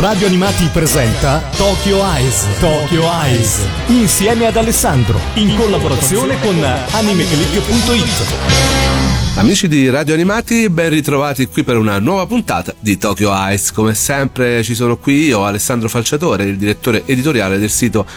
Radio Animati presenta Tokyo Eyes. Tokyo Eyes. Insieme ad Alessandro. In collaborazione con animeclick.it. Amici di Radio Animati, ben ritrovati qui per una nuova puntata di Tokyo Eyes. Come sempre ci sono qui io, Alessandro Falciatore, il direttore editoriale del sito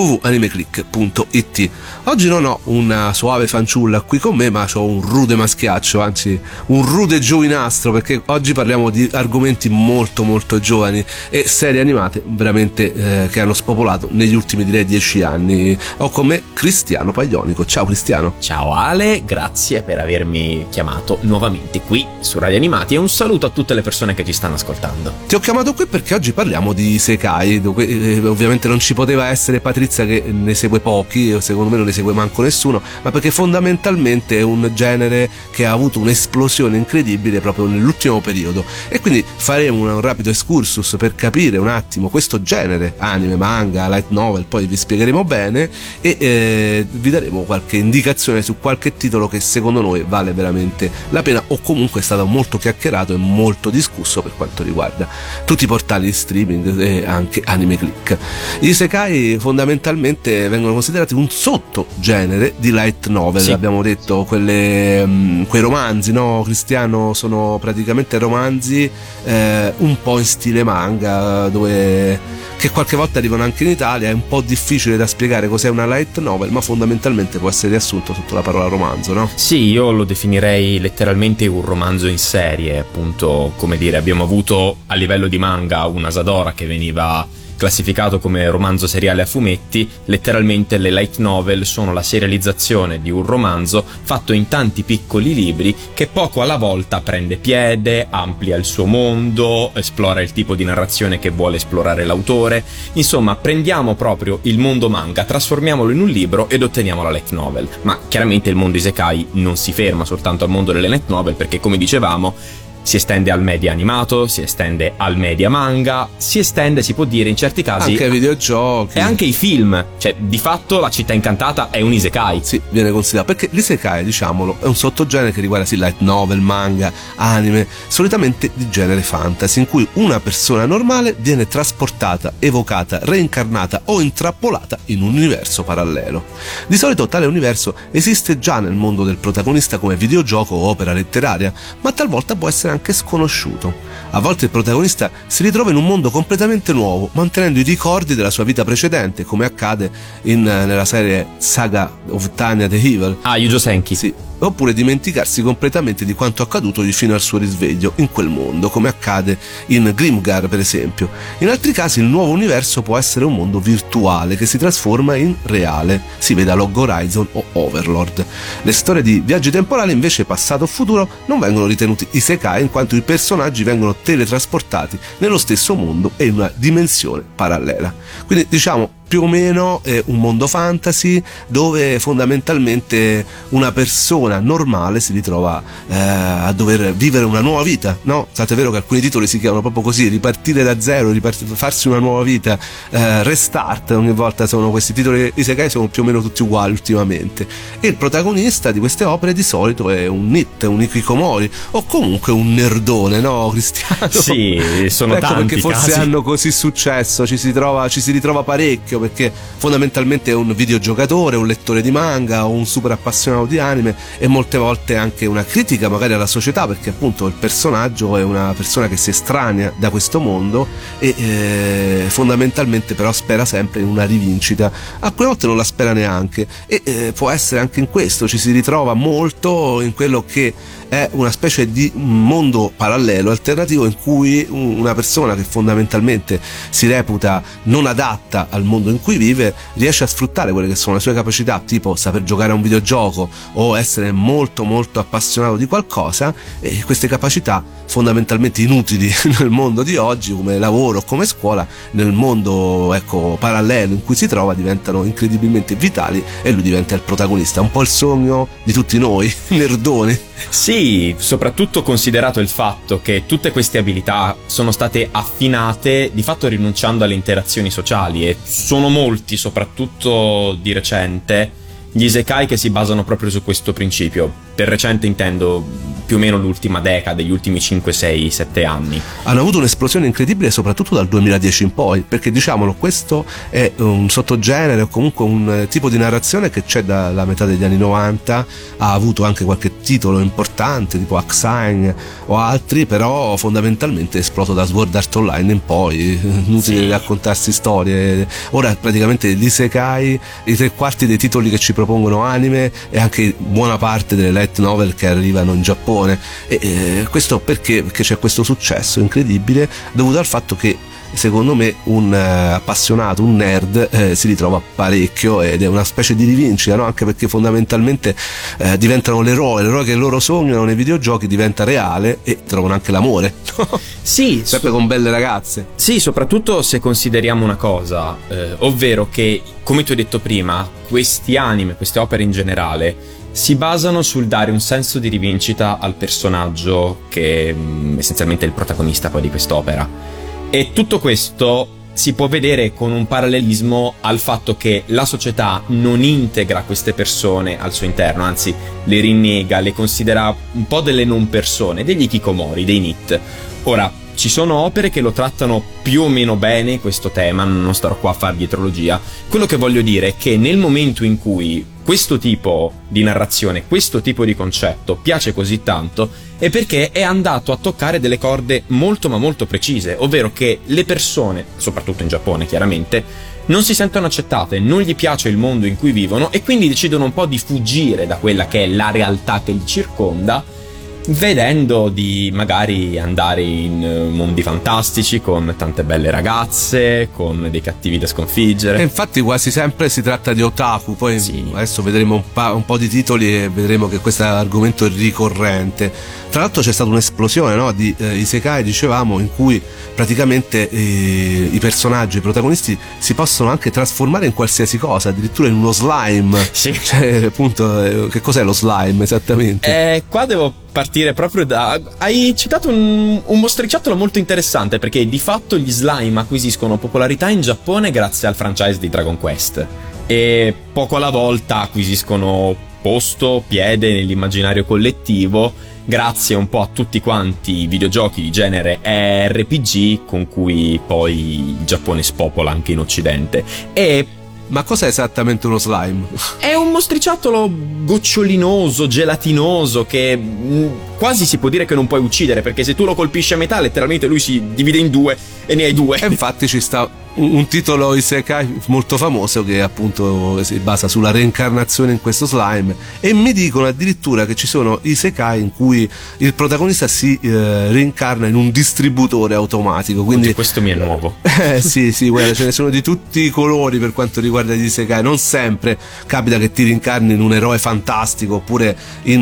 www.animeclick.it. Oggi non ho una suave fanciulla qui con me, ma ho un rude maschiaccio, anzi un rude giovinastro, perché oggi parliamo di argomenti molto molto giovani e serie animate veramente che hanno spopolato negli ultimi, direi, 10 anni. Ho con me Cristiano Paglionico. Ciao Cristiano. Ciao Ale, grazie per avermi chiamato nuovamente qui su Radio Animati e un saluto a tutte le persone che ci stanno ascoltando. Ti ho chiamato qui perché oggi parliamo di isekai. Ovviamente non ci poteva essere Patrizia, che ne segue pochi, secondo me non ne segue manco nessuno, ma perché fondamentalmente è un genere che ha avuto un'esplosione incredibile proprio nell'ultimo periodo, e quindi faremo un rapido excursus per capire un attimo questo genere, anime, manga, light novel, poi vi spiegheremo bene e vi daremo qualche indicazione su qualche titolo che secondo noi vale veramente la pena, o comunque è stato molto chiacchierato e molto discusso per quanto riguarda tutti i portali di streaming e anche Anime Click. Gli isekai fondamentalmente vengono considerati un sottogenere di light novel, sì. Abbiamo detto quei romanzi, no Cristiano? Sono praticamente romanzi un po' in stile manga, che qualche volta arrivano anche in Italia. È un po' difficile da spiegare cos'è una light novel, ma fondamentalmente può essere riassunto sotto la parola romanzo, no? Sì, io lo definirei letteralmente un romanzo in serie, appunto. Come dire, abbiamo avuto a livello di manga un Asadora che veniva classificato come romanzo seriale a fumetti. Letteralmente le light novel sono la serializzazione di un romanzo fatto in tanti piccoli libri che poco alla volta prende piede, amplia il suo mondo, esplora il tipo di narrazione che vuole esplorare l'autore. Insomma, prendiamo proprio il mondo manga, trasformiamolo in un libro ed otteniamo la light novel. Ma chiaramente il mondo isekai non si ferma soltanto al mondo delle light novel, perché come dicevamo si estende al media animato, si estende al media manga, si estende, si può dire in certi casi, anche ai videogiochi e anche ai film. Cioè, di fatto La città incantata è un isekai. Sì, viene considerato, perché l'isekai, diciamolo, è un sottogenere che riguarda sì light novel, manga, anime, solitamente di genere fantasy, in cui una persona normale viene trasportata, evocata, reincarnata o intrappolata in un universo parallelo. Di solito tale universo esiste già nel mondo del protagonista come videogioco o opera letteraria, ma talvolta può essere anche sconosciuto. A volte il protagonista si ritrova in un mondo completamente nuovo, mantenendo i ricordi della sua vita precedente, come accade nella serie Saga of Tanya the Evil. Yujo Senki. Sì. Oppure dimenticarsi completamente di quanto accaduto fino al suo risveglio in quel mondo, come accade in Grimgar per esempio. In altri casi il nuovo universo può essere un mondo virtuale che si trasforma in reale, si veda Log Horizon o Overlord. Le storie di viaggi temporali invece passato o futuro non vengono ritenuti isekai, in quanto i personaggi vengono teletrasportati nello stesso mondo e in una dimensione parallela. Quindi diciamo più o meno un mondo fantasy dove fondamentalmente una persona normale si ritrova a dover vivere una nuova vita, no? Tant'è vero che alcuni titoli si chiamano proprio così: ripartire da zero, farsi una nuova vita, restart. Ogni volta sono questi titoli isekai, sono più o meno tutti uguali ultimamente, e il protagonista di queste opere di solito è un NEET, un hikikomori o comunque un nerdone, no Cristiano? Sì, sono ecco tanti perché forse casi hanno così successo, ci si ritrova parecchio, perché fondamentalmente è un videogiocatore, un lettore di manga o un super appassionato di anime, e molte volte anche una critica magari alla società, perché appunto il personaggio è una persona che si estranea da questo mondo e fondamentalmente però spera sempre in una rivincita. Alcune volte non la spera neanche, e può essere anche in questo, ci si ritrova molto in quello che è una specie di mondo parallelo alternativo in cui una persona che fondamentalmente si reputa non adatta al mondo in cui vive riesce a sfruttare quelle che sono le sue capacità, tipo saper giocare a un videogioco o essere molto molto appassionato di qualcosa, e queste capacità fondamentalmente inutili nel mondo di oggi come lavoro o come scuola, nel mondo parallelo in cui si trova diventano incredibilmente vitali e lui diventa il protagonista. Un po' il sogno di tutti noi nerdoni. Sì, soprattutto considerato il fatto che tutte queste abilità sono state affinate di fatto rinunciando alle interazioni sociali, e sono molti, soprattutto di recente, gli isekai che si basano proprio su questo principio. Per recente intendo più o meno l'ultima decade, gli ultimi 5, 6, 7 anni. Hanno avuto un'esplosione incredibile soprattutto dal 2010 in poi, perché diciamolo, questo è un sottogenere o comunque un tipo di narrazione che c'è dalla metà degli anni 90, ha avuto anche qualche titolo importante tipo Axine o altri, però fondamentalmente è esploso da Sword Art Online in poi, inutile raccontarsi storie. Ora praticamente l'isekai, i 3/4 dei titoli che ci propongono anime e anche buona parte delle light novel che arrivano in Giappone, e questo perché c'è questo successo incredibile dovuto al fatto che secondo me un appassionato, un nerd si ritrova parecchio ed è una specie di rivincita, no? Anche perché fondamentalmente diventano l'eroe che loro sognano nei videogiochi, diventa reale e trovano anche l'amore. Sì, sempre con belle ragazze. Sì, soprattutto se consideriamo una cosa, ovvero che, come ti ho detto prima, questi anime, queste opere in generale, si basano sul dare un senso di rivincita al personaggio che essenzialmente è il protagonista poi di quest'opera. E tutto questo si può vedere con un parallelismo al fatto che la società non integra queste persone al suo interno, anzi le rinnega, le considera un po' delle non persone, degli hikikomori, dei NEET. Ora, ci sono opere che lo trattano più o meno bene questo tema, non starò qua a far dietrologia. Quello che voglio dire è che nel momento in cui questo tipo di narrazione, questo tipo di concetto piace così tanto, è perché è andato a toccare delle corde molto ma molto precise, ovvero che le persone, soprattutto in Giappone chiaramente, non si sentono accettate, non gli piace il mondo in cui vivono e quindi decidono un po' di fuggire da quella che è la realtà che li circonda, vedendo di magari andare in mondi fantastici con tante belle ragazze, con dei cattivi da sconfiggere. E infatti quasi sempre si tratta di otaku, poi sì. Adesso vedremo un po' di titoli e vedremo che questo argomento è ricorrente. Tra l'altro c'è stata un'esplosione, no, di isekai, dicevamo, in cui praticamente i personaggi, i protagonisti si possono anche trasformare in qualsiasi cosa, addirittura in uno slime. Sì. Cioè, appunto, che cos'è lo slime esattamente? Qua devo partire proprio da... Hai citato un mostriciattolo molto interessante, perché di fatto gli slime acquisiscono popolarità in Giappone grazie al franchise di Dragon Quest e poco alla volta acquisiscono posto, piede nell'immaginario collettivo grazie un po' a tutti quanti i videogiochi di genere RPG con cui poi il Giappone spopola anche in Occidente. E ma cos'è esattamente uno slime? è un mostriciattolo gocciolinoso, gelatinoso, che quasi si può dire che non puoi uccidere, perché se tu lo colpisci a metà letteralmente lui si divide in due e ne hai due. E infatti ci sta un titolo isekai molto famoso che appunto si basa sulla reincarnazione in questo slime, e mi dicono addirittura che ci sono isekai in cui il protagonista si reincarna in un distributore automatico, quindi questo mi è nuovo. Sì, guarda, ce ne sono di tutti i colori per quanto riguarda gli isekai. Non sempre capita che ti rincarni in un eroe fantastico oppure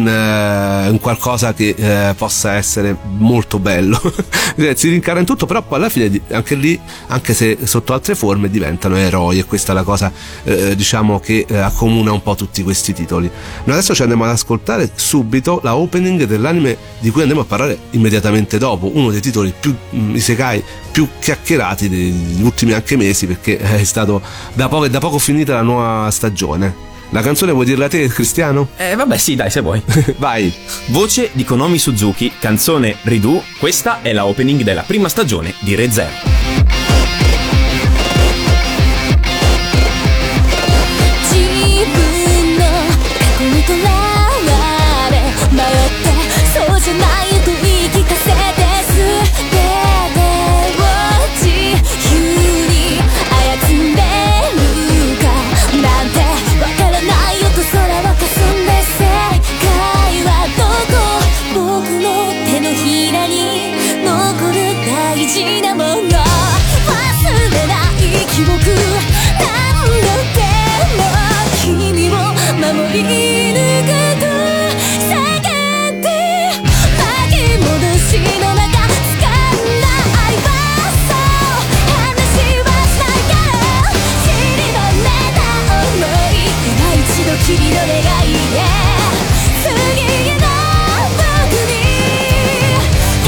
in qualcosa che possa essere molto bello. Si rincarna in tutto, però poi alla fine anche lì, anche se sotto altre forme, diventano eroi, e questa è la cosa diciamo che accomuna un po' tutti questi titoli. Noi adesso ci andiamo ad ascoltare subito la opening dell'anime di cui andiamo a parlare immediatamente dopo, uno dei titoli più isekai più chiacchierati degli ultimi anche mesi, perché è stato da poco finita la nuova stagione. La canzone vuoi dirla te, Cristiano? Vabbè, sì, dai, se vuoi. Vai. Voce di Konomi Suzuki, canzone Ridu. Questa è la opening della prima stagione di Re:Zero.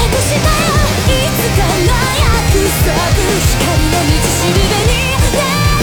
光の道しるべに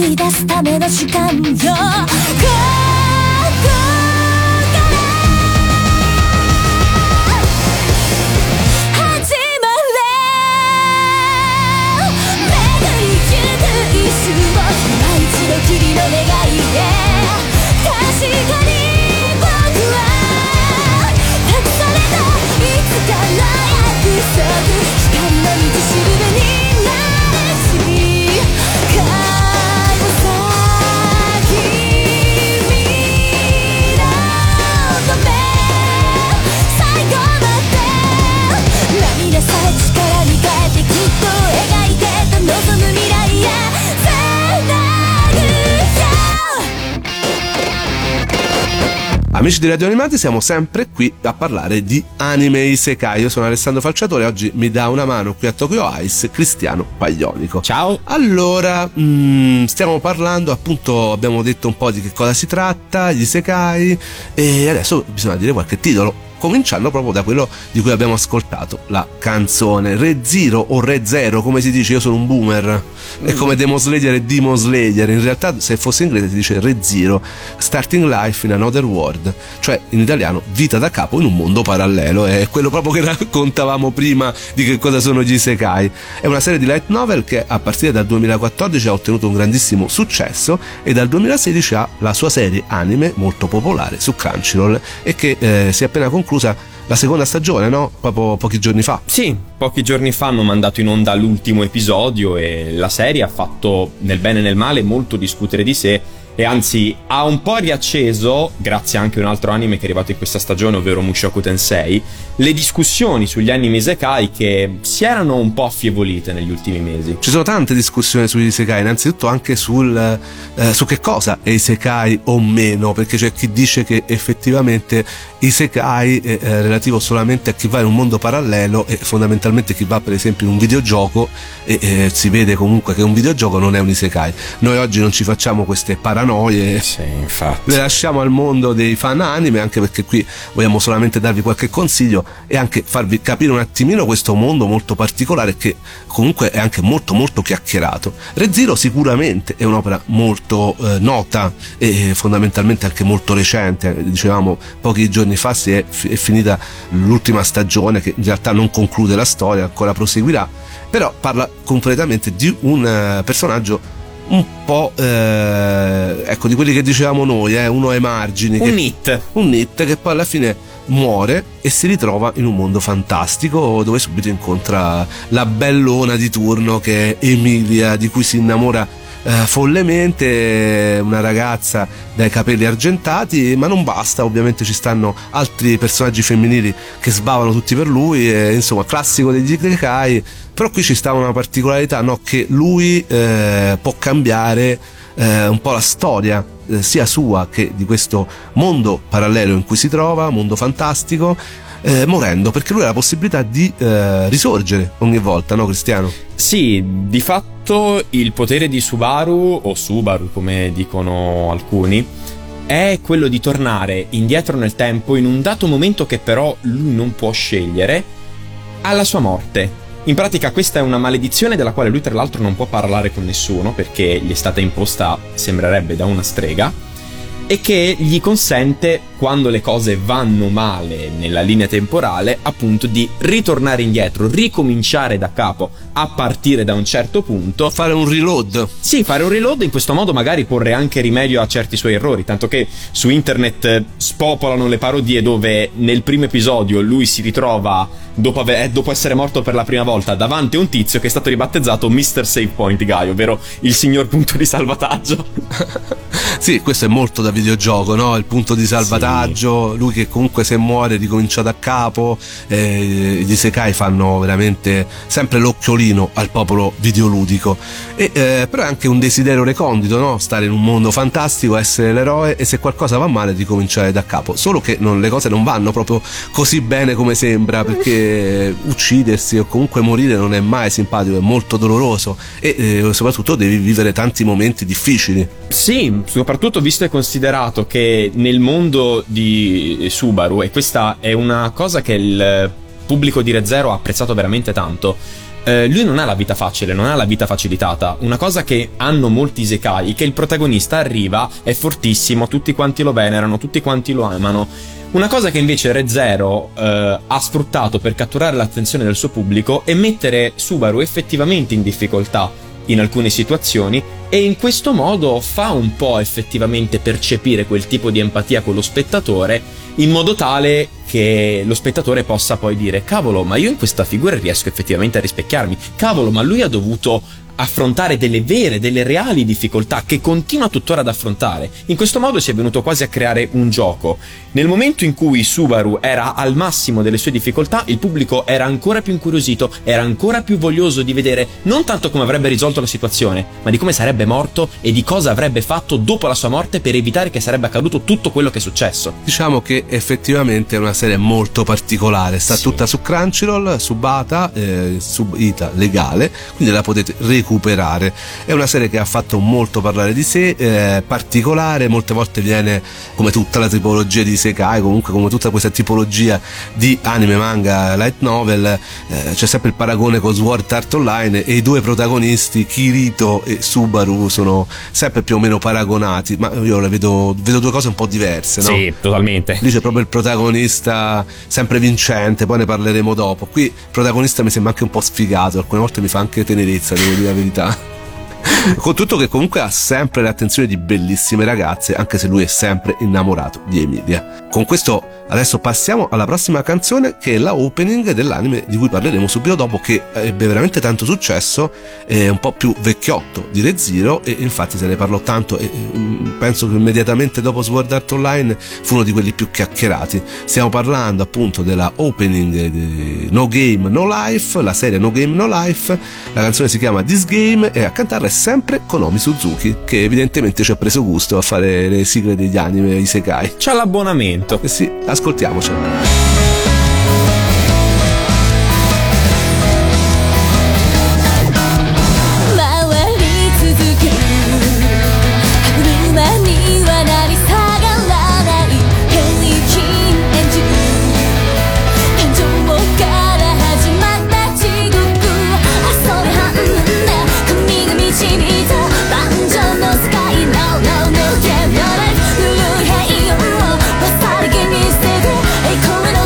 送り出すための主観よ君の願いで確かに僕は託されたいつかの約束光の道しるべになるし帰るさ君のため最後まで涙さえ力に変えてきっと描いてた望む未来へ Amici di Radio Animati, siamo sempre qui a parlare di anime isekai. Io sono Alessandro Falciatore e oggi mi dà una mano qui a Tokyo Ice Cristiano Paglionico. Ciao. Allora, stiamo parlando, appunto, abbiamo detto un po' di che cosa si tratta, gli isekai, e adesso bisogna dire qualche titolo. Cominciando proprio da quello di cui abbiamo ascoltato la canzone Re:Zero o Re:Zero, come si dice. Io sono un boomer, è come Demon Slayer e Demon Slayer. In realtà, se fosse inglese si dice Re:Zero, Starting Life in Another World, cioè in italiano vita da capo in un mondo parallelo. È quello proprio che raccontavamo prima di che cosa sono gli isekai. È una serie di light novel che a partire dal 2014 ha ottenuto un grandissimo successo e dal 2016 ha la sua serie anime molto popolare su Crunchyroll e che si è appena conclusa la seconda stagione, no? Proprio pochi giorni fa. Sì, pochi giorni fa hanno mandato in onda l'ultimo episodio e la serie ha fatto, nel bene e nel male, molto discutere di sé e anzi ha un po' riacceso, grazie anche a un altro anime che è arrivato in questa stagione, ovvero Mushoku Tensei, le discussioni sugli anime isekai che si erano un po' affievolite negli ultimi mesi. Ci sono tante discussioni sugli isekai, innanzitutto anche su che cosa è isekai o meno, perché c'è chi dice che effettivamente isekai è relativo solamente a chi va in un mondo parallelo e fondamentalmente chi va per esempio in un videogioco e si vede comunque che un videogioco non è un isekai. Noi oggi non ci facciamo queste paranoie, sì, infatti. Le lasciamo al mondo dei fan anime, anche perché qui vogliamo solamente darvi qualche consiglio e anche farvi capire un attimino questo mondo molto particolare che comunque è anche molto molto chiacchierato. Re:Zero sicuramente è un'opera molto nota e fondamentalmente anche molto recente. Dicevamo pochi giorni fa è finita l'ultima stagione, che in realtà non conclude la storia, ancora proseguirà, però parla completamente di un personaggio un po' ecco, di quelli che dicevamo noi, uno ai margini, un Nit che poi alla fine muore e si ritrova in un mondo fantastico dove subito incontra la bellona di turno che è Emilia, di cui si innamora follemente, una ragazza dai capelli argentati, ma non basta, ovviamente ci stanno altri personaggi femminili che sbavano tutti per lui, insomma classico degli isekai. Però qui ci sta una particolarità, no? Che lui può cambiare un po' la storia sia sua che di questo mondo parallelo in cui si trova, mondo fantastico, morendo, perché lui ha la possibilità di risorgere ogni volta, no Cristiano? Sì, di fatto il potere di Subaru, o Subaru come dicono alcuni, è quello di tornare indietro nel tempo in un dato momento che però lui non può scegliere, alla sua morte. In pratica questa è una maledizione della quale lui tra l'altro non può parlare con nessuno perché gli è stata imposta, sembrerebbe, da una strega, e che gli consente, quando le cose vanno male nella linea temporale, appunto di ritornare indietro, ricominciare da capo a partire da un certo punto, fare un reload. Sì, fare un reload, in questo modo magari porre anche rimedio a certi suoi errori, tanto che su internet spopolano le parodie dove nel primo episodio lui si ritrova dopo essere morto per la prima volta davanti a un tizio che è stato ribattezzato Mr. Save Point Guy, ovvero il signor punto di salvataggio. Sì, questo è molto da videogioco, no? Il punto di salvataggio, sì. Lui che comunque se muore ricomincia da capo. Gli isekai fanno veramente sempre l'occhiolino al popolo videoludico, però è anche un desiderio recondito, no? Stare in un mondo fantastico, essere l'eroe e se qualcosa va male ricominciare da capo. Solo che le cose non vanno proprio così bene come sembra, perché uccidersi o comunque morire non è mai simpatico, è molto doloroso e soprattutto devi vivere tanti momenti difficili. Sì, soprattutto visto e considerato che nel mondo di Subaru, e questa è una cosa che il pubblico di Re:Zero ha apprezzato veramente tanto, lui non ha la vita facile, non ha la vita facilitata. Una cosa che hanno molti isekai è che il protagonista arriva, è fortissimo, tutti quanti lo venerano, tutti quanti lo amano. Una cosa che invece Re:Zero ha sfruttato per catturare l'attenzione del suo pubblico è mettere Subaru effettivamente in difficoltà in alcune situazioni, e in questo modo fa un po' effettivamente percepire quel tipo di empatia con lo spettatore, in modo tale che lo spettatore possa poi dire: cavolo, ma io in questa figura riesco effettivamente a rispecchiarmi, cavolo, ma lui ha dovuto affrontare delle reali difficoltà che continua tuttora ad affrontare. In questo modo si è venuto quasi a creare un gioco. Nel momento in cui Subaru era al massimo delle sue difficoltà, il pubblico era ancora più incuriosito, era ancora più voglioso di vedere non tanto come avrebbe risolto la situazione, ma di come sarebbe morto e di cosa avrebbe fatto dopo la sua morte per evitare che sarebbe accaduto tutto quello che è successo. Diciamo che effettivamente è una serie molto particolare, sta tutta su Crunchyroll, subata, subita legale, quindi la potete recuperare. È una serie che ha fatto molto parlare di sé, particolare, molte volte viene, come tutta la tipologia di isekai, comunque come tutta questa tipologia di anime, manga, light novel, c'è sempre il paragone con Sword Art Online, e i due protagonisti Kirito e Subaru sono sempre più o meno paragonati, ma io le vedo due cose un po' diverse, no? Sì, totalmente. Lì c'è proprio il protagonista sempre vincente, poi ne parleremo dopo. Qui il protagonista mi sembra anche un po' sfigato, alcune volte mi fa anche tenerezza, devo dire la verità. Con tutto che comunque ha sempre le attenzioni di bellissime ragazze, anche se lui è sempre innamorato di Emilia. Con questo adesso passiamo alla prossima canzone, che è la opening dell'anime di cui parleremo subito dopo, che ebbe veramente tanto successo, è un po' più vecchiotto di Re:Zero, e infatti se ne parlò tanto, e penso che immediatamente dopo Sword Art Online fu uno di quelli più chiacchierati. Stiamo parlando appunto della opening di No Game No Life, la serie No Game No Life. La canzone si chiama This Game e a cantarla è sempre Konomi Suzuki, che evidentemente ci ha preso gusto a fare le sigle degli anime isekai. C'ha l'abbonamento. Sì, ascoltiamocelo. この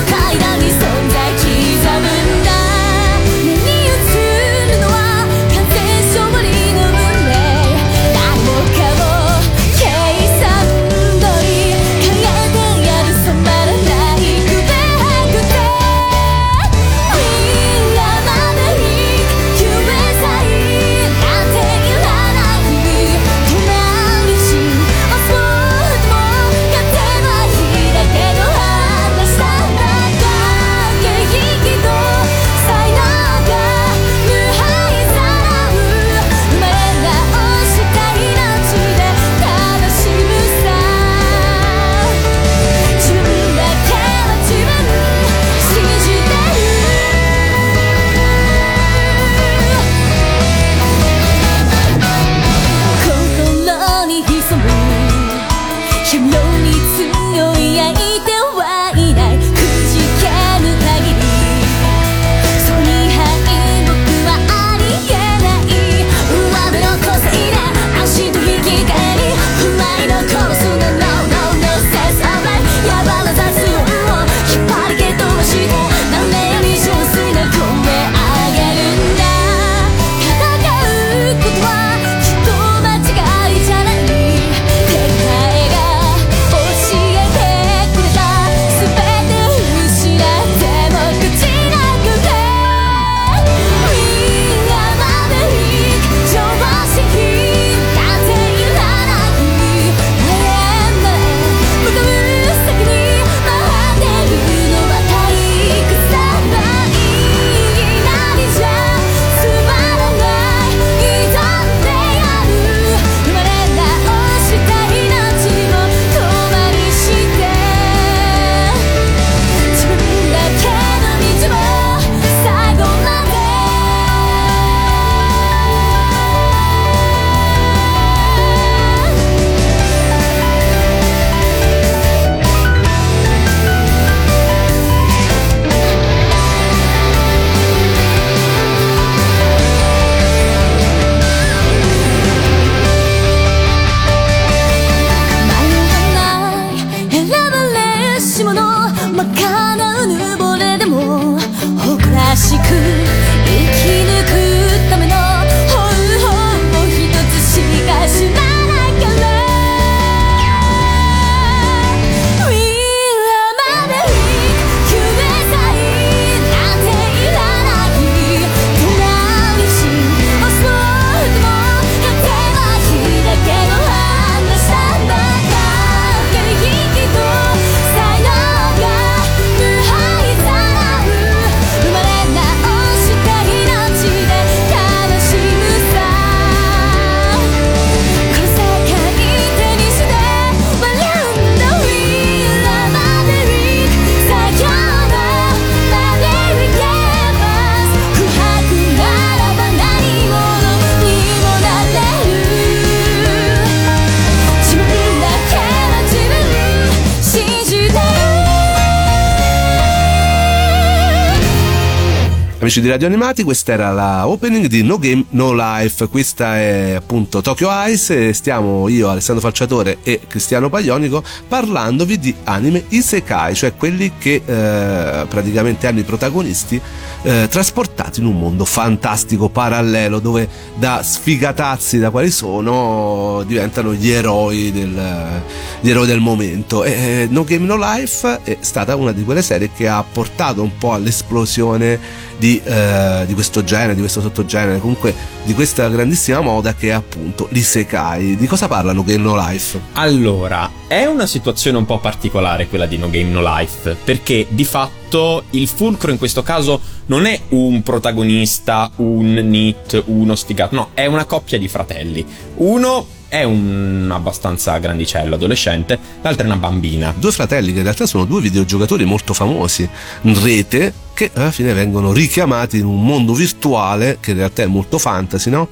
Amici di Radio Animati, questa era la opening di No Game No Life. Questa è appunto Tokyo Ice e stiamo io, Alessandro Falciatore e Cristiano Paglionico parlandovi di anime isekai, cioè quelli che praticamente hanno i protagonisti trasportati in un mondo fantastico parallelo dove da sfigatazzi da quali sono diventano gli eroi del momento. E No Game No Life è stata una di quelle serie che ha portato un po' all'esplosione di questo genere, di questo sottogenere, comunque di questa grandissima moda che è appunto l'isekai. Di cosa parla No Game No Life? Allora, è una situazione un po' particolare quella di No Game No Life, perché di fatto il fulcro in questo caso non è un protagonista, un NEET, uno sfigato, no, è una coppia di fratelli. Uno è un abbastanza grandicello, adolescente, l'altra è una bambina. Due fratelli che in realtà sono due videogiocatori molto famosi in rete, che alla fine vengono richiamati in un mondo virtuale che in realtà è molto fantasy, no?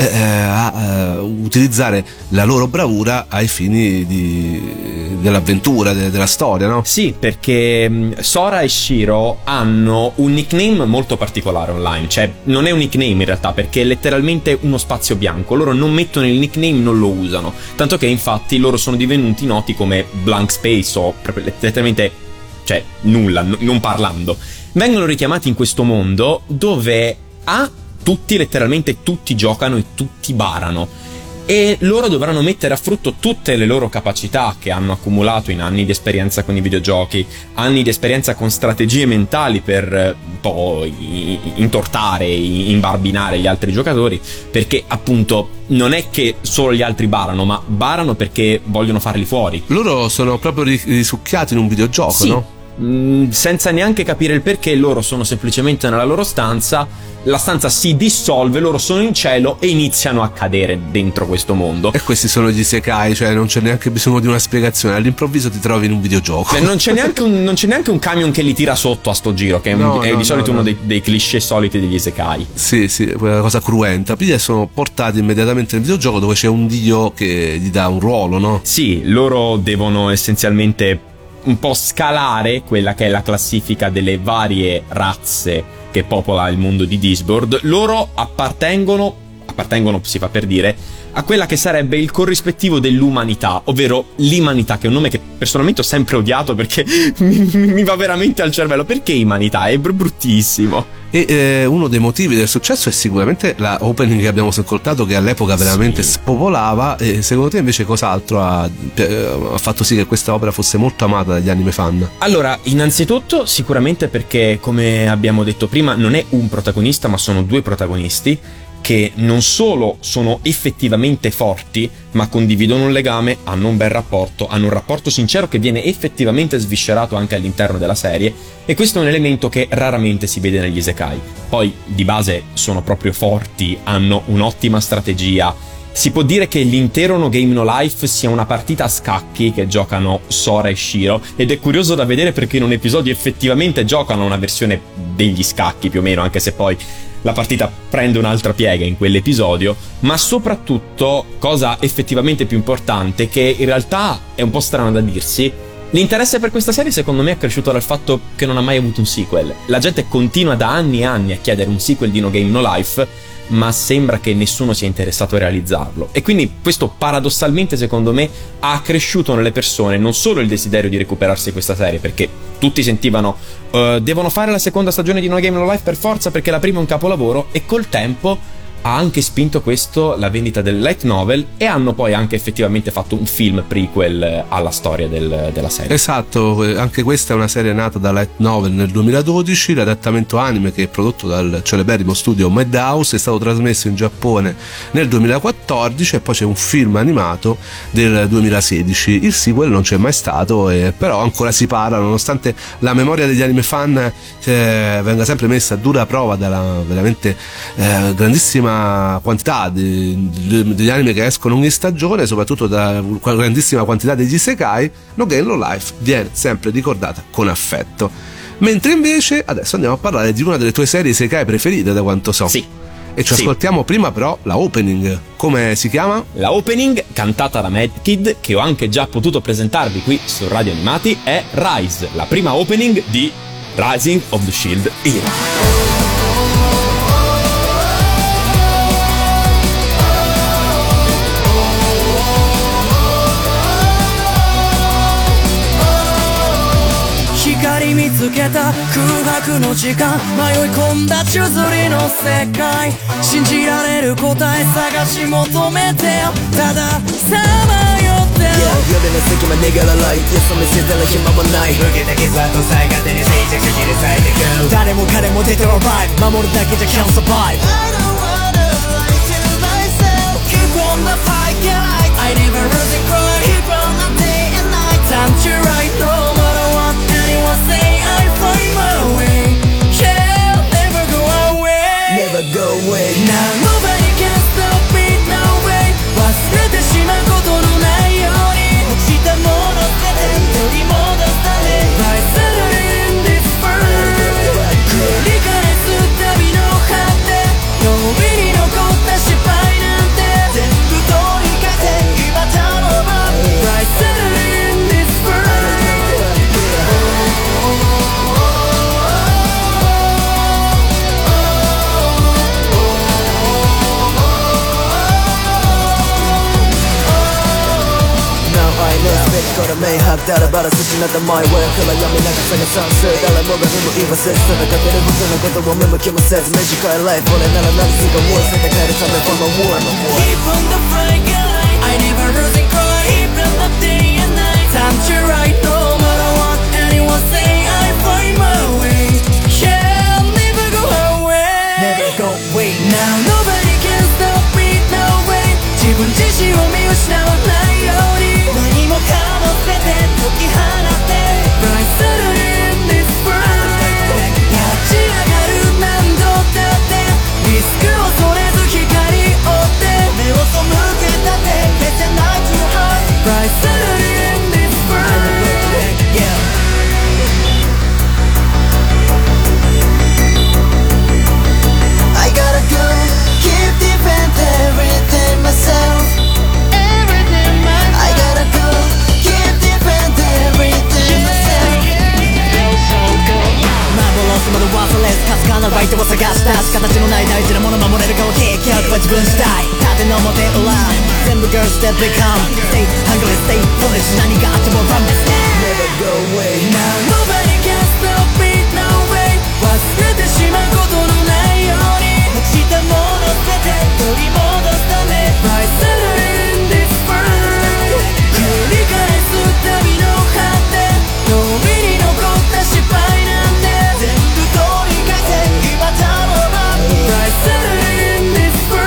A utilizzare la loro bravura ai fini dell'avventura, della storia, no? Sì, perché Sora e Shiro hanno un nickname molto particolare online, cioè non è un nickname in realtà, perché è letteralmente uno spazio bianco. Loro non mettono il nickname, non lo usano, tanto che infatti loro sono divenuti noti come blank space o letteralmente, cioè nulla, non parlando. Vengono richiamati in questo mondo dove tutti, letteralmente tutti giocano e tutti barano, e loro dovranno mettere a frutto tutte le loro capacità che hanno accumulato in anni di esperienza con i videogiochi, anni di esperienza con strategie mentali per un po' intortare, imbarbinare gli altri giocatori, perché appunto non è che solo gli altri barano, ma barano perché vogliono farli fuori. Loro sono proprio risucchiati in un videogioco, sì, no? Senza neanche capire il perché. Loro sono semplicemente nella loro stanza, la stanza si dissolve, loro sono in cielo e iniziano a cadere dentro questo mondo. E questi sono gli isekai, cioè non c'è neanche bisogno di una spiegazione, all'improvviso ti trovi in un videogioco. Non c'è neanche un camion che li tira sotto a sto giro, che è di solito uno dei cliché soliti degli isekai. Sì, quella cosa cruenta. Poi sono portati immediatamente nel videogioco dove c'è un dio che gli dà un ruolo, no? Sì, loro devono essenzialmente un po' scalare quella che è la classifica delle varie razze che popola il mondo di Disboard. Loro appartengono, si fa per dire, a quella che sarebbe il corrispettivo dell'umanità, ovvero l'Imanità, che è un nome che personalmente ho sempre odiato perché mi va veramente al cervello. Perché Imanità? È bruttissimo. E uno dei motivi del successo è sicuramente la opening che abbiamo ascoltato, che all'epoca veramente spopolava. E secondo te invece cos'altro ha fatto sì che questa opera fosse molto amata dagli anime fan? Allora, innanzitutto sicuramente perché, come abbiamo detto prima, non è un protagonista ma sono due protagonisti che non solo sono effettivamente forti, ma condividono un legame, hanno un bel rapporto, hanno un rapporto sincero che viene effettivamente sviscerato anche all'interno della serie, e questo è un elemento che raramente si vede negli isekai. Poi di base sono proprio forti, hanno un'ottima strategia. Si può dire che l'intero No Game No Life sia una partita a scacchi che giocano Sora e Shiro, ed è curioso da vedere perché in un episodio effettivamente giocano una versione degli scacchi più o meno, anche se poi la partita prende un'altra piega in quell'episodio. Ma soprattutto, cosa effettivamente più importante, che in realtà è un po' strano da dirsi, l'interesse per questa serie secondo me è cresciuto dal fatto che non ha mai avuto un sequel. La gente continua da anni e anni a chiedere un sequel di No Game No Life, ma sembra che nessuno sia interessato a realizzarlo, e quindi questo paradossalmente secondo me ha accresciuto nelle persone non solo il desiderio di recuperarsi questa serie, perché tutti sentivano devono fare la seconda stagione di No Game No Life per forza perché la prima è un capolavoro, e col tempo ha anche spinto questo la vendita del light novel, e hanno poi anche effettivamente fatto un film prequel alla storia della serie. Esatto, anche questa è una serie nata da light novel nel 2012. L'adattamento anime, che è prodotto dal celeberrimo studio Madhouse, è stato trasmesso in Giappone nel 2014, e poi c'è un film animato del 2016. Il sequel non c'è mai stato, però ancora si parla, nonostante la memoria degli anime fan venga sempre messa a dura prova dalla veramente grandissima quantità degli anime che escono ogni stagione, soprattutto da grandissima quantità degli isekai. No Game No Life viene sempre ricordata con affetto. Mentre invece adesso andiamo a parlare di una delle tue serie isekai preferite, da quanto so. Sì. E ci ascoltiamo prima però la opening. Come si chiama? La opening, cantata da Mad Kid, che ho anche già potuto presentarvi qui su Radio Animati, è Rise, la prima opening di Rising of the Shield Hero. けた空白の時間迷い込んだ宙づりの世界信じられる答え探し求めてよたださまよってる夜の隙間逃げられよそ見せてる暇もない受けた傷跡さえ勝手に静寂さ切り裂いてく誰も彼も出てはバイブ守るだけじゃ can't survive I don't wanna lie to myself Keep on the fight yeah I never lose and cry Keep on the day and night Time to right no matter what anyone say I find my way Yeah never go away Never go away Now nobody can stop me no way 忘れてしまうことのないように落ちたもの全て取り戻すため I settle in this world 繰り返す旅の果て海に残った失敗なんて全部取り替えて今頼む I settle in this worldこれ明白誰ばらすしなったマイウェイ暗闇流さが算数誰もが踏む言わせず戦ってる僕のことを見向きもせず短いライフ俺なら何すかもう戦えるため from a war Keep on the fight I never lose and cry Keep on the day and night Time to right no matter what anyone say I find my way Yeah I'll never go away Never go away Now nobody can stop me no way 自分自身を見失わないように何もかも全て解き放って I settle in this world 立ち上がる何度だってリスクを恐れず光を追って目を背けたって消せない to your heart I settle in this world I gotta go keep defending everything myself I gotta go keep defending everything myself 幻まで忘れずかすかなライトを探したし形のない大事なもの守れるかを提供は自分次第縦の表裏全部 girls that become Stay hungry stay foolish 何があっても run this Never go away Now nobody can stop me no way 忘れてしまうことのないように落ちたもの全て取り戻すため I settle in this world 繰り返す旅の果て海に残った失敗なんて全部取り替えて今頼む I settle in this world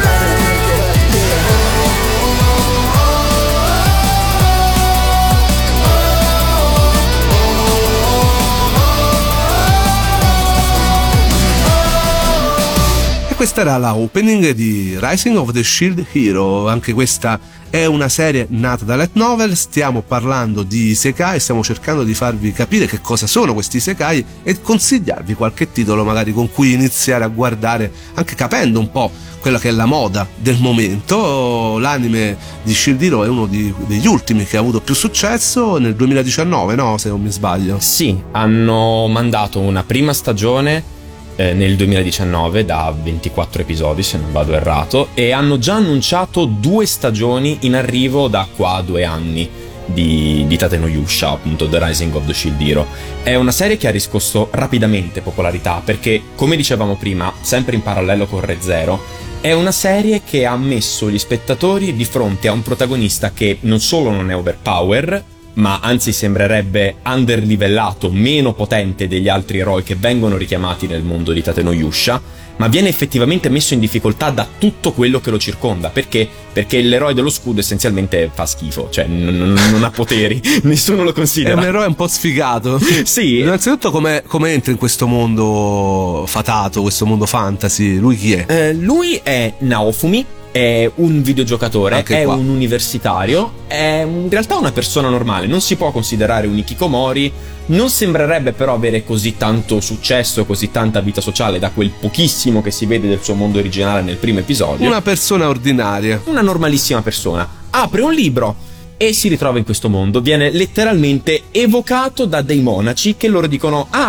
Questa era la opening di Rising of the Shield Hero, anche questa è una serie nata da light novel, stiamo parlando di isekai, stiamo cercando di farvi capire che cosa sono questi isekai e consigliarvi qualche titolo magari con cui iniziare a guardare, anche capendo un po' quella che è la moda del momento. L'anime di Shield Hero è uno degli ultimi che ha avuto più successo nel 2019, no? Se non mi sbaglio. Sì, hanno mandato una prima stagione nel 2019 da 24 episodi se non vado errato e hanno già annunciato 2 stagioni in arrivo da qua a 2 anni di Tate no Yusha, appunto The Rising of the Shield Hero. È una serie che ha riscosso rapidamente popolarità perché, come dicevamo prima, sempre in parallelo con Re:Zero, è una serie che ha messo gli spettatori di fronte a un protagonista che non solo non è overpower, ma anzi sembrerebbe underlivellato, meno potente degli altri eroi che vengono richiamati nel mondo di Tate no Yusha, ma viene effettivamente messo in difficoltà da tutto quello che lo circonda. Perché? Perché l'eroe dello scudo essenzialmente fa schifo, cioè non ha poteri, nessuno lo considera. È un eroe un po' sfigato. Sì. Innanzitutto come entra in questo mondo fatato, questo mondo fantasy? Lui chi è? Lui è Naofumi, è un videogiocatore, anche è qua un universitario, è in realtà una persona normale, non si può considerare un hikikomori, non sembrerebbe però avere così tanto successo, così tanta vita sociale da quel pochissimo che si vede del suo mondo originale nel primo episodio. Una persona ordinaria, una normalissima persona. Apre un libro e si ritrova in questo mondo, viene letteralmente evocato da dei monaci che loro dicono: ah,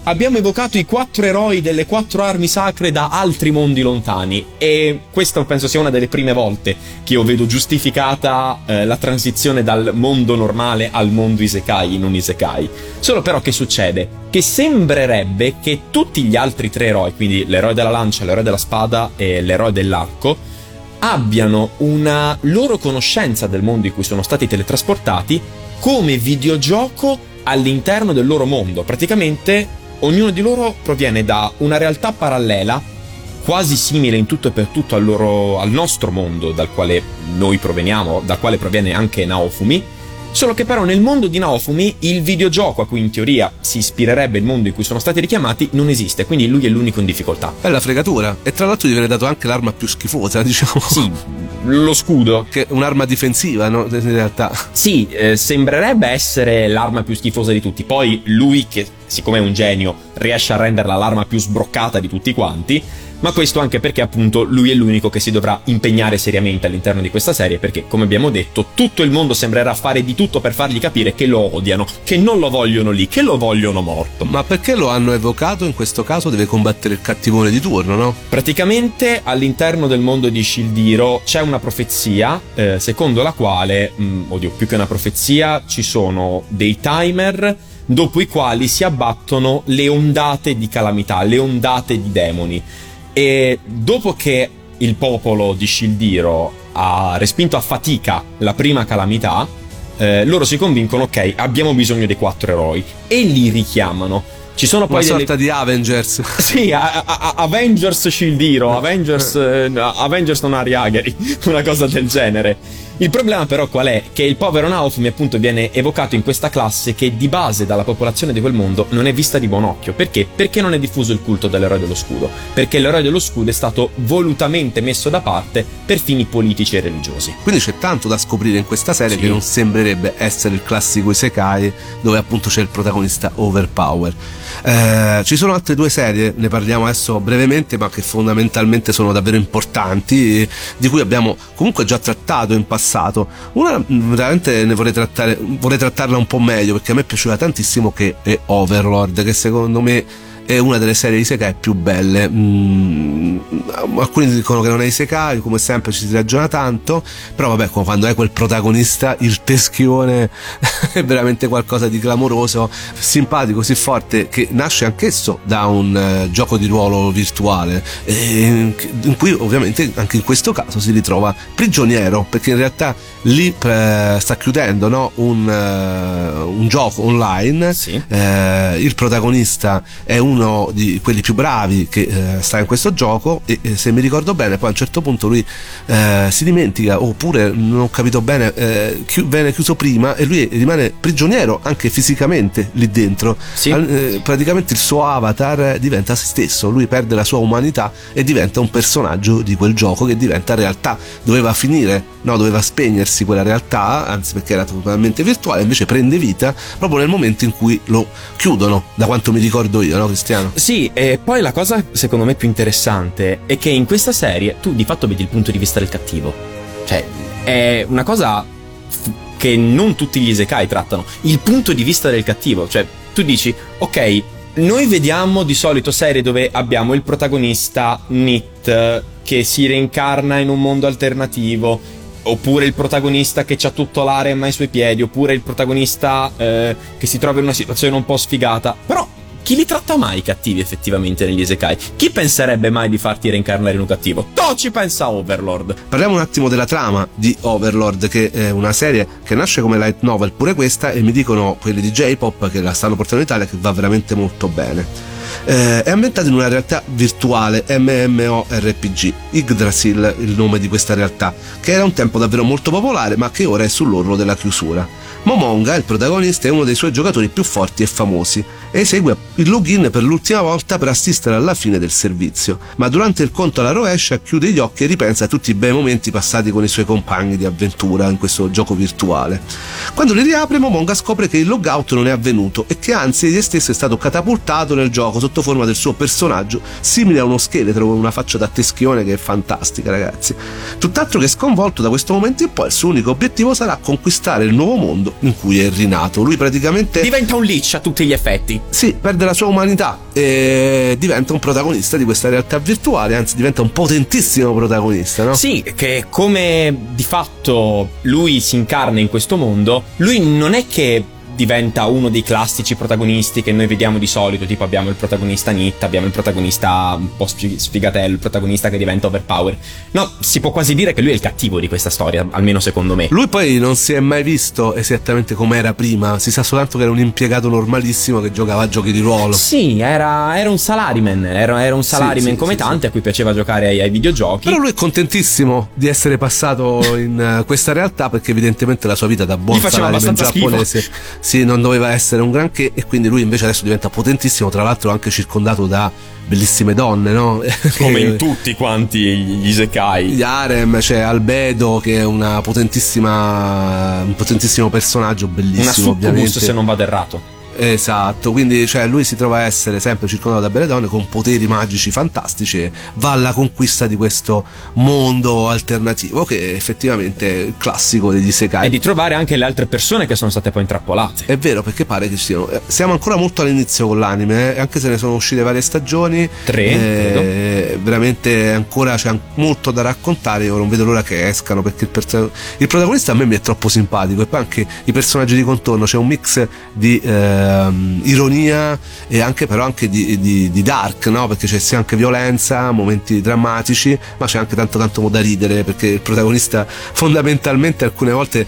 abbiamo evocato i 4 eroi delle 4 armi sacre da altri mondi lontani, e questa penso sia una delle prime volte che io vedo giustificata la transizione dal mondo normale al mondo isekai in un isekai. Solo però che succede? Che sembrerebbe che tutti gli altri 3 eroi, quindi l'eroe della lancia, l'eroe della spada e l'eroe dell'arco, abbiano una loro conoscenza del mondo in cui sono stati teletrasportati come videogioco all'interno del loro mondo. Praticamente ognuno di loro proviene da una realtà parallela quasi simile in tutto e per tutto al nostro mondo dal quale noi proveniamo, dal quale proviene anche Naofumi, solo che però nel mondo di Naofumi il videogioco a cui in teoria si ispirerebbe il mondo in cui sono stati richiamati non esiste, quindi lui è l'unico in difficoltà. È la fregatura, e tra l'altro gli viene dato anche l'arma più schifosa, diciamo. Sì, lo scudo. Che è un'arma difensiva, no? In realtà. Sì, sembrerebbe essere l'arma più schifosa di tutti. Poi lui, che siccome è un genio, riesce a renderla l'arma più sbroccata di tutti quanti. Ma questo anche perché appunto lui è l'unico che si dovrà impegnare seriamente all'interno di questa serie, perché come abbiamo detto tutto il mondo sembrerà fare di tutto per fargli capire che lo odiano, che non lo vogliono lì, che lo vogliono morto. Ma perché lo hanno evocato? In questo caso deve combattere il cattivone di turno, no? Praticamente all'interno del mondo di Shield Hero c'è una profezia secondo la quale, più che una profezia, ci sono dei timer dopo i quali si abbattono le ondate di calamità, le ondate di demoni. E dopo che il popolo di Shield Hero ha respinto a fatica la prima calamità, loro si convincono, ok, abbiamo bisogno dei 4 eroi, e li richiamano. Ci sono poi una sorta di Avengers. Sì, Avengers Shield Hero, Avengers non Ariagari, una cosa del genere. Il problema però qual è? Che il povero Naofumi appunto viene evocato in questa classe che di base dalla popolazione di quel mondo non è vista di buon occhio. Perché? Perché non è diffuso il culto dell'eroe dello scudo. Perché l'eroe dello scudo è stato volutamente messo da parte per fini politici e religiosi. Quindi c'è tanto da scoprire in questa serie, sì, che non sembrerebbe essere il classico isekai dove appunto c'è il protagonista overpower. Ci sono altre 2 serie, ne parliamo adesso brevemente, ma che fondamentalmente sono davvero importanti, di cui abbiamo comunque già trattato in passato. Una veramente ne vorrei trattarla un po' meglio, perché a me piaceva tantissimo, che è Overlord, che secondo me è una delle serie isekai più belle. Alcuni dicono che non è isekai, come sempre ci si ragiona tanto, però vabbè, quando hai quel protagonista, il teschione, è veramente qualcosa di clamoroso, simpatico, così forte, che nasce anch'esso da un gioco di ruolo virtuale, in cui ovviamente anche in questo caso si ritrova prigioniero, perché in realtà lì sta chiudendo, no? un gioco online. Sì. Il protagonista è uno di quelli più bravi che sta in questo gioco, e se mi ricordo bene poi a un certo punto lui si dimentica, oppure non ho capito bene, viene chiuso prima e lui rimane prigioniero anche fisicamente lì dentro. Sì. Praticamente il suo avatar diventa se stesso, lui perde la sua umanità e diventa un personaggio di quel gioco che diventa realtà. Doveva finire, no, doveva spegnersi quella realtà, anzi, perché era totalmente virtuale, invece prende vita proprio nel momento in cui lo chiudono, da quanto mi ricordo io, no, Cristiano? Sì, e poi la cosa secondo me più interessante è che in questa serie tu di fatto vedi il punto di vista del cattivo. Cioè, è una cosa che non tutti gli isekai trattano, il punto di vista del cattivo. Cioè, tu dici, ok, noi vediamo di solito serie dove abbiamo il protagonista Nit che si reincarna in un mondo alternativo, oppure il protagonista che c'ha tutto l'harem ai suoi piedi, oppure il protagonista che si trova in una situazione un po' sfigata. Però chi li tratta mai i cattivi effettivamente negli isekai? Chi penserebbe mai di farti reincarnare in un cattivo? Ci pensa Overlord. Parliamo un attimo della trama di Overlord, che è una serie che nasce come light novel pure questa, e mi dicono quelli di J-Pop che la stanno portando in Italia che va veramente molto bene. È ambientata in una realtà virtuale MMORPG, Yggdrasil il nome di questa realtà, che era un tempo davvero molto popolare ma che ora è sull'orlo della chiusura. Momonga, il protagonista, è uno dei suoi giocatori più forti e famosi e esegue il login per l'ultima volta per assistere alla fine del servizio, ma durante il conto alla rovescia chiude gli occhi e ripensa a tutti i bei momenti passati con i suoi compagni di avventura in questo gioco virtuale. Quando li riapre, Momonga scopre che il logout non è avvenuto e che anzi egli stesso è stato catapultato nel gioco sotto sotto forma del suo personaggio, simile a uno scheletro con una faccia da teschione che è fantastica, ragazzi. Tutt'altro che sconvolto, da questo momento in poi il suo unico obiettivo sarà conquistare il nuovo mondo in cui è rinato. Lui praticamente diventa un Lich a tutti gli effetti. Sì, perde la sua umanità e diventa un protagonista di questa realtà virtuale, anzi diventa un potentissimo protagonista, no? Sì, che come di fatto lui si incarna in questo mondo, lui non è che diventa uno dei classici protagonisti che noi vediamo di solito, tipo abbiamo il protagonista Nit, abbiamo il protagonista un po' sfigatello, il protagonista che diventa overpower. No, si può quasi dire che lui è il cattivo di questa storia, almeno secondo me. Lui poi non si è mai visto esattamente come era prima, si sa soltanto che era un impiegato normalissimo che giocava a giochi di ruolo. Sì, era un salaryman, era un salaryman come tanti a cui piaceva giocare ai videogiochi. Però lui è contentissimo di essere passato in questa realtà, perché evidentemente la sua vita da buon salaryman giapponese sì, non doveva essere un granché, e quindi lui invece adesso diventa potentissimo, tra l'altro anche circondato da bellissime donne, no? Come in tutti quanti gli isekai. Gli harem, c'è Albedo che è un potentissimo personaggio, bellissimo, una succubus, ovviamente, se non vado errato. Esatto, quindi cioè lui si trova a essere sempre circondato da belle donne con poteri magici fantastici e va alla conquista di questo mondo alternativo che effettivamente è il classico degli isekai. E di trovare anche le altre persone che sono state poi intrappolate. È vero, perché pare che siamo ancora molto all'inizio con l'anime, anche se ne sono uscite varie stagioni, 3 credo. Veramente ancora c'è molto da raccontare. Io non vedo l'ora che escano, perché il protagonista a me mi è troppo simpatico, e poi anche i personaggi di contorno, c'è un mix di ironia e anche però anche di dark, no? Perché c'è sia anche violenza, momenti drammatici, ma c'è anche tanto da ridere, perché il protagonista fondamentalmente alcune volte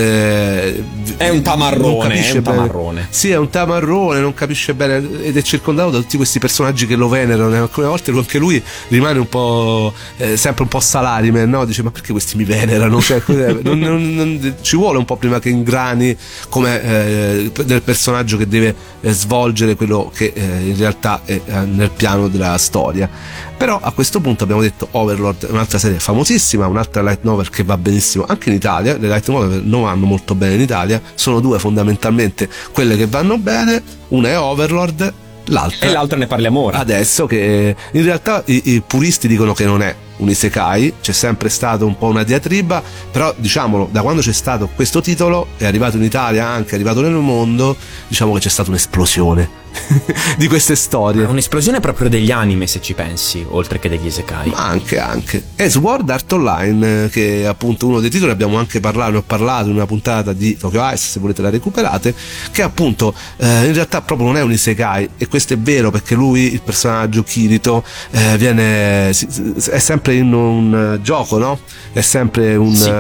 è un tamarrone, Sì, è un tamarrone, non capisce bene ed è circondato da tutti questi personaggi che lo venerano, e alcune volte anche lui rimane un po' sempre un po' salaryman, no? Dice: ma perché questi mi venerano? Cioè, non ci vuole un po' prima che ingrani come del personaggio che deve svolgere quello che in realtà è nel piano della storia. Però a questo punto abbiamo detto Overlord, un'altra serie famosissima, un'altra light novel che va benissimo anche in Italia. Le light novel non vanno molto bene in Italia, sono due fondamentalmente quelle che vanno bene, una è Overlord, l'altra ne parliamo ora adesso, che in realtà i puristi dicono che non è un isekai, c'è sempre stato un po' una diatriba, però diciamolo, da quando c'è stato questo titolo, è arrivato in Italia, anche è arrivato nel mondo, diciamo che c'è stata un'esplosione di queste storie. Un'esplosione proprio degli anime, se ci pensi, oltre che degli isekai. Ma anche. E Sword Art Online, che è appunto uno dei titoli, abbiamo anche ne ho parlato in una puntata di Tokyo Ice, se volete la recuperate, che appunto in realtà proprio non è un isekai, e questo è vero perché lui, il personaggio Kirito, è sempre in un gioco, no? È sempre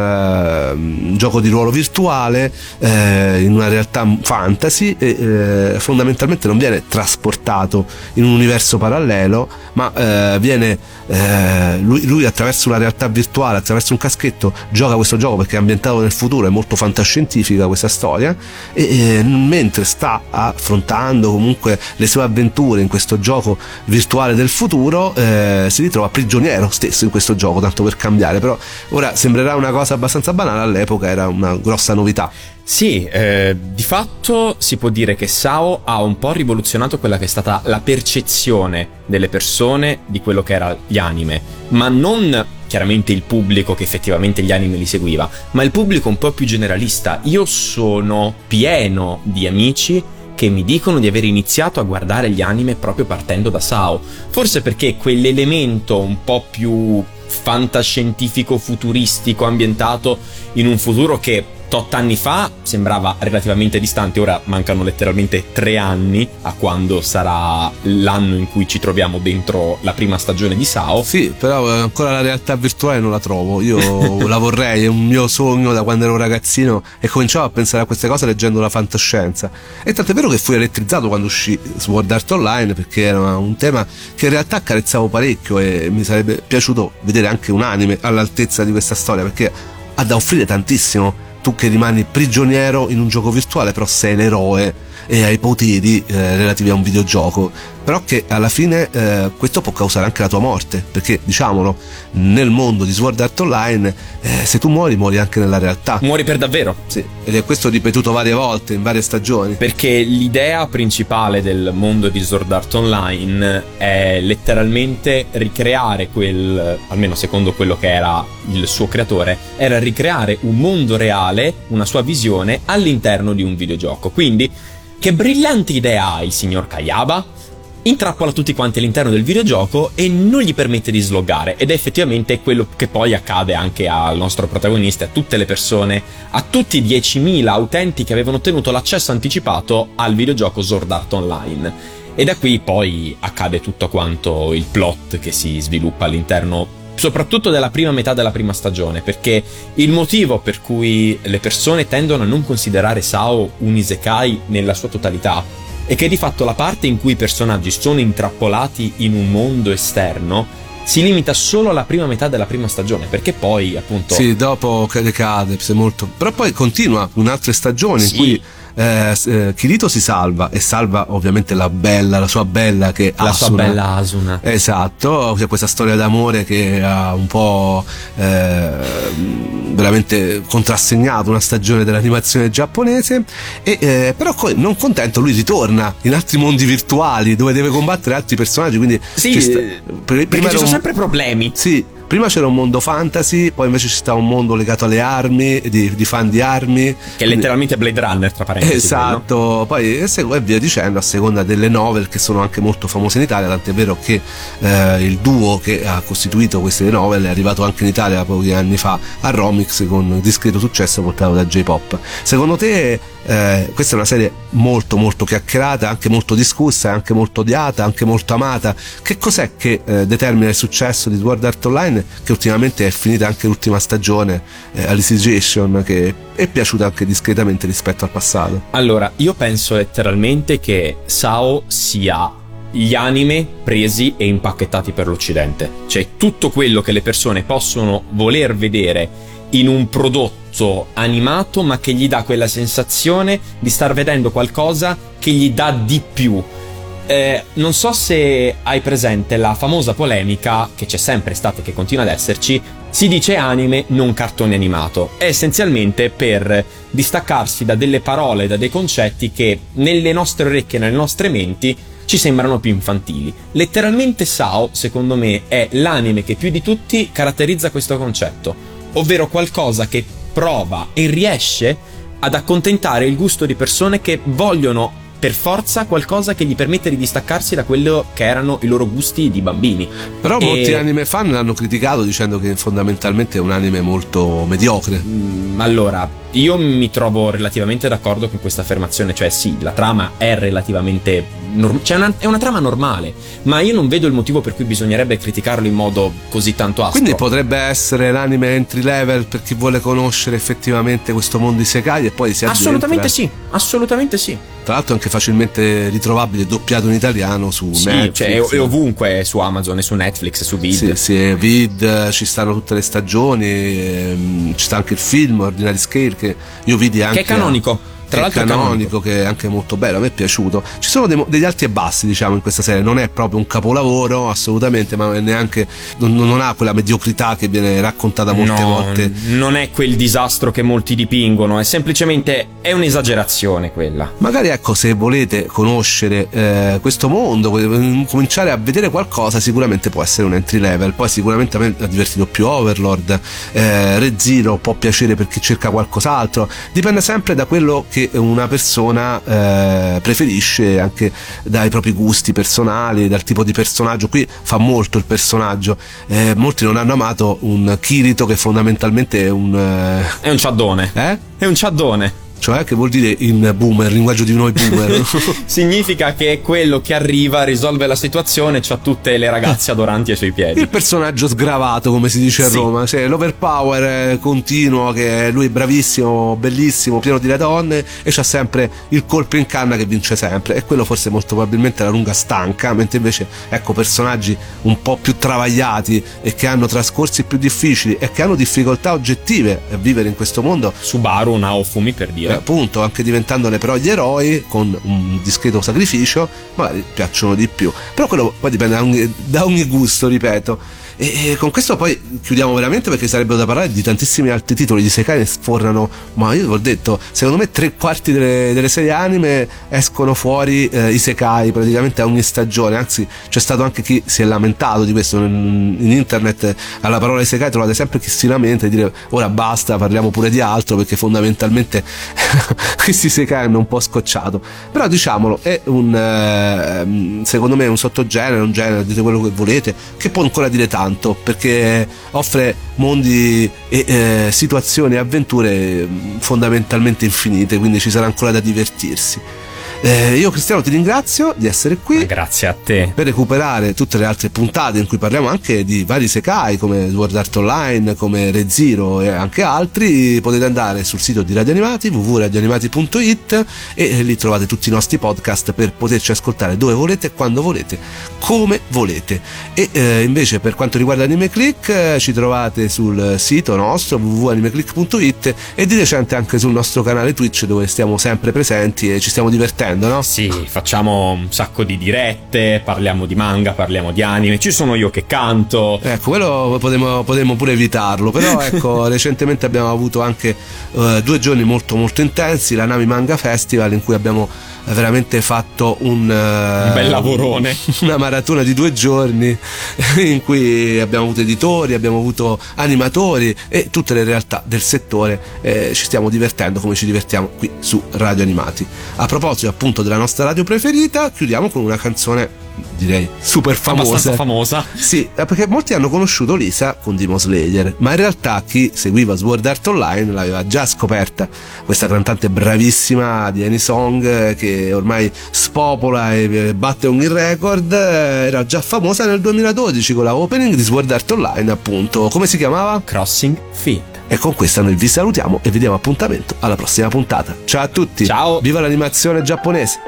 un gioco di ruolo virtuale in una realtà fantasy, e fondamentalmente non viene trasportato in un universo parallelo, ma viene lui attraverso una realtà virtuale, attraverso un caschetto, gioca questo gioco perché è ambientato nel futuro, è molto fantascientifica questa storia, e mentre sta affrontando comunque le sue avventure in questo gioco virtuale del futuro, si ritrova prigioniero stesso in questo gioco, tanto per cambiare. Però ora sembrerà una cosa abbastanza banale, all'epoca era una grossa novità. Sì, di fatto si può dire che SAO ha un po' rivoluzionato quella che è stata la percezione delle persone di quello che era gli anime, ma non chiaramente il pubblico che effettivamente gli anime li seguiva, ma il pubblico un po' più generalista. Io sono pieno di amici che mi dicono di aver iniziato a guardare gli anime proprio partendo da SAO, forse perché quell'elemento un po' più fantascientifico, futuristico, ambientato in un futuro che tot anni fa sembrava relativamente distante. Ora mancano letteralmente 3 anni a quando sarà l'anno in cui ci troviamo dentro la prima stagione di SAO. Sì, però ancora la realtà virtuale non la trovo. Io la vorrei, è un mio sogno da quando ero ragazzino, e cominciavo a pensare a queste cose leggendo la fantascienza. E tanto è vero che fui elettrizzato quando uscì Sword Art Online, perché era un tema che in realtà accarezzavo parecchio, e mi sarebbe piaciuto vedere anche un anime all'altezza di questa storia, perché ha da offrire tantissimo. Tu che rimani prigioniero in un gioco virtuale, però sei l'eroe e ai poteri relativi a un videogioco, però che alla fine questo può causare anche la tua morte, perché diciamolo, nel mondo di Sword Art Online se tu muori anche nella realtà, muori per davvero. sì, ed è questo ripetuto varie volte in varie stagioni. Perché l'idea principale del mondo di Sword Art Online è letteralmente ricreare almeno secondo quello che era il suo creatore, era ricreare un mondo reale, una sua visione all'interno di un videogioco. Quindi, che brillante idea ha il signor Kayaba? Intrappola tutti quanti all'interno del videogioco e non gli permette di sloggare, ed è effettivamente quello che poi accade anche al nostro protagonista, a tutte le persone, a tutti i 10.000 utenti che avevano ottenuto l'accesso anticipato al videogioco Sword Art Online. E da qui poi accade tutto quanto il plot che si sviluppa all'interno soprattutto della prima metà della prima stagione, perché il motivo per cui le persone tendono a non considerare Sao un isekai nella sua totalità e che di fatto la parte in cui i personaggi sono intrappolati in un mondo esterno si limita solo alla prima metà della prima stagione, perché poi appunto sì, dopo cade molto, però poi continua in altre stagioni in sì. cui Kirito si salva, e salva ovviamente la sua bella che la sua Asuna. bella Asuna, Esatto, c'è questa storia d'amore che ha un po' veramente contrassegnato una stagione dell'animazione giapponese, e però non contento lui ritorna in altri mondi virtuali dove deve combattere altri personaggi, quindi sì, perché ci sono sempre problemi. Sì, prima c'era un mondo fantasy, poi invece ci sta un mondo legato alle armi, di fan di armi, che è letteralmente Blade Runner, tra parentesi. esatto, quello. Poi e via dicendo, a seconda delle novel che sono anche molto famose in Italia, tant'è vero che il duo che ha costituito queste novel è arrivato anche in Italia pochi anni fa a Romix con discreto successo portato da J-Pop. Secondo te questa è una serie molto molto chiacchierata, anche molto discussa, anche molto odiata, anche molto amata? Che cos'è che determina il successo di Sword Art Online, che ultimamente è finita anche l'ultima stagione, Alicization, che è piaciuta anche discretamente rispetto al passato? Allora, io penso letteralmente che Sao sia gli anime presi e impacchettati per l'Occidente, cioè tutto quello che le persone possono voler vedere in un prodotto animato, ma che gli dà quella sensazione di star vedendo qualcosa che gli dà di più. Non so se hai presente la famosa polemica che c'è sempre stata e che continua ad esserci: si dice anime, non cartone animato. È essenzialmente per distaccarsi da delle parole, da dei concetti che nelle nostre orecchie, nelle nostre menti ci sembrano più infantili. Letteralmente Sao, secondo me, è l'anime che più di tutti caratterizza questo concetto, ovvero qualcosa che prova e riesce ad accontentare il gusto di persone che vogliono per forza qualcosa che gli permette di distaccarsi da quello che erano i loro gusti di bambini. Però molti anime fan l'hanno criticato dicendo che fondamentalmente è un anime molto mediocre. Allora, io mi trovo relativamente d'accordo con questa affermazione, cioè sì, la trama è relativamente è una trama normale, ma io non vedo il motivo per cui bisognerebbe criticarlo in modo così tanto aspro. Quindi potrebbe essere l'anime entry level per chi vuole conoscere effettivamente questo mondo isekai e poi si addentra. Assolutamente sì, assolutamente sì. Tra l'altro anche facilmente ritrovabile, doppiato in italiano su Netflix. Cioè è ovunque, su Amazon e su Netflix, su Vid. Sì, Vid, ci stanno tutte le stagioni, ci sta anche il film Ordinary Scale che io vidi anche, che è canonico. Tra l'altro è canonico, che è anche molto bello, a me è piaciuto. Ci sono degli alti e bassi, diciamo, in questa serie. Non è proprio un capolavoro assolutamente, ma neanche non ha quella mediocrità che viene raccontata molte volte. Non è quel disastro che molti dipingono, è semplicemente un'esagerazione quella. Magari, ecco, se volete conoscere questo mondo, cominciare a vedere qualcosa, sicuramente può essere un entry level. Poi sicuramente a me ha divertito più Overlord, Re:Zero può piacere per chi cerca qualcos'altro, dipende sempre da quello che una persona preferisce, anche dai propri gusti personali, dal tipo di personaggio. Qui fa molto il personaggio, molti non hanno amato un Kirito che fondamentalmente è un ciaddone. È un ciaddone. Cioè, che vuol dire in boomer, linguaggio di noi boomer? Significa che è quello che arriva, risolve la situazione, c'ha tutte le ragazze adoranti ai suoi piedi. Il personaggio sgravato, come si dice a Roma, cioè l'overpower continuo, che lui è bravissimo, bellissimo, pieno di donne, e c'ha sempre il colpo in canna che vince sempre, e quello forse molto probabilmente la lunga stanca. Mentre invece, ecco, personaggi un po' più travagliati e che hanno trascorsi più difficili e che hanno difficoltà oggettive a vivere in questo mondo. Subaru, Naofumi, per dire. appunto, anche diventandone però gli eroi con un discreto sacrificio, magari piacciono di più. Però quello poi dipende da ogni gusto, ripeto. E con questo poi chiudiamo veramente, perché sarebbero da parlare di tantissimi altri titoli di Sekai, ne sfornano, ma io vi ho detto, secondo me 3/4 delle serie anime escono fuori i Sekai praticamente a ogni stagione. Anzi, c'è stato anche chi si è lamentato di questo in internet. Alla parola Sekai trovate sempre chi si lamenta e dire ora basta, parliamo pure di altro, perché fondamentalmente questi Sekai hanno un po' scocciato. Però diciamolo, è secondo me un sottogenere, un genere, dite quello che volete, che può ancora dire tanto, perché offre mondi e situazioni e avventure fondamentalmente infinite, quindi ci sarà ancora da divertirsi. Io Cristiano ti ringrazio di essere qui. Grazie a te. Per recuperare tutte le altre puntate in cui parliamo anche di vari Sekai come Sword Art Online, come Re:Zero e anche altri, potete andare sul sito di Radio Animati, www.radioanimati.it, e lì trovate tutti i nostri podcast per poterci ascoltare dove volete, quando volete, come volete. E invece per quanto riguarda Anime Click ci trovate sul sito nostro www.animeclick.it e di recente anche sul nostro canale Twitch, dove stiamo sempre presenti e ci stiamo divertendo, no? Sì, facciamo un sacco di dirette, parliamo di manga, parliamo di anime, ci sono io che canto. Ecco, quello potremmo pure evitarlo, però ecco, recentemente abbiamo avuto anche 2 giorni molto molto intensi, la Nami Manga Festival, in cui abbiamo veramente fatto un bel lavorone, una maratona di 2 giorni in cui abbiamo avuto editori, abbiamo avuto animatori e tutte le realtà del settore. Ci stiamo divertendo come ci divertiamo qui su Radio Animati. A proposito appunto della nostra radio preferita, chiudiamo con una canzone direi super famosa. Abbastanza famosa. Sì, perché molti hanno conosciuto Lisa con Demon Slayer, ma in realtà chi seguiva Sword Art Online l'aveva già scoperta, questa cantante bravissima di Anisong che ormai spopola e batte ogni record. Era già famosa nel 2012 con la opening di Sword Art Online, appunto. Come si chiamava? Crossing Feet. E con questa noi vi salutiamo e vi diamo appuntamento alla prossima puntata. Ciao a tutti. Ciao. Viva l'animazione giapponese.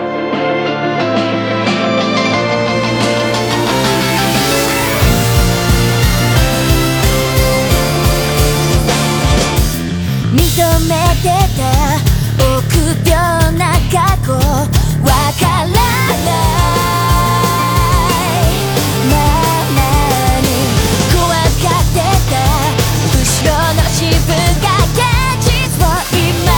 認めてた臆病な過去わからないままに怖がってた後ろの自分が現実を今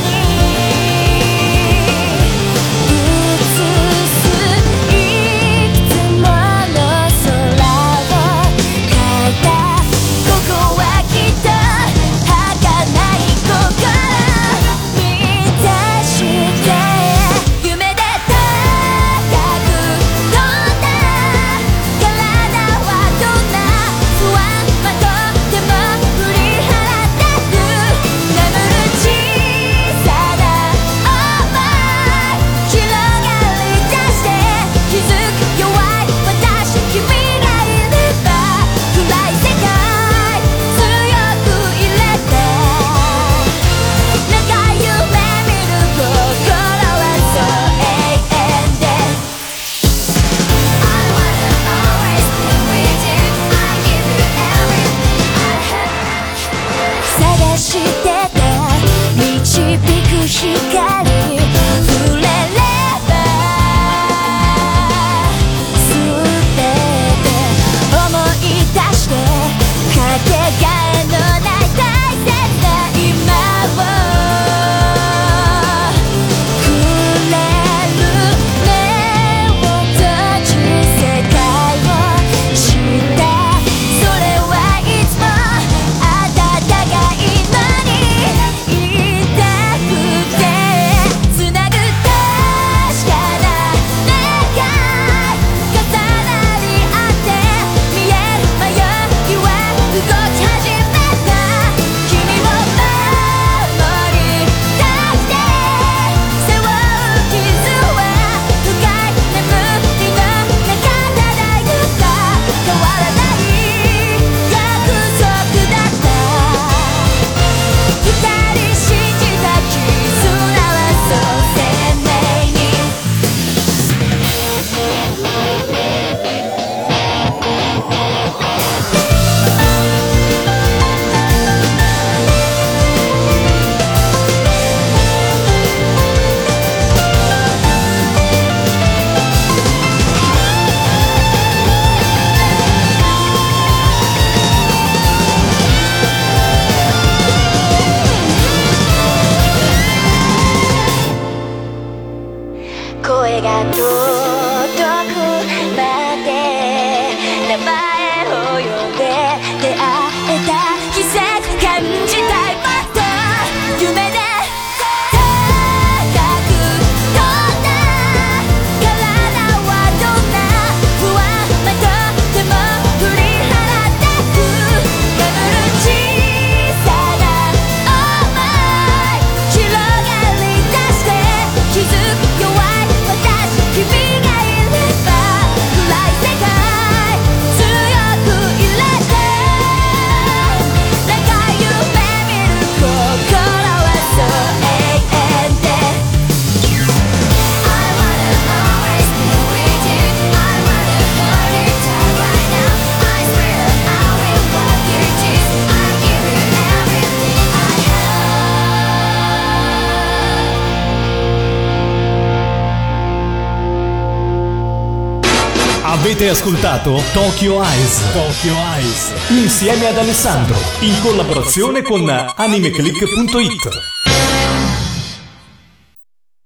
に映すいくつもの空を描いたここはきっと儚い心満たして夢で高く Avete ascoltato Tokyo Eyes insieme ad Alessandro in collaborazione con animeclick.it.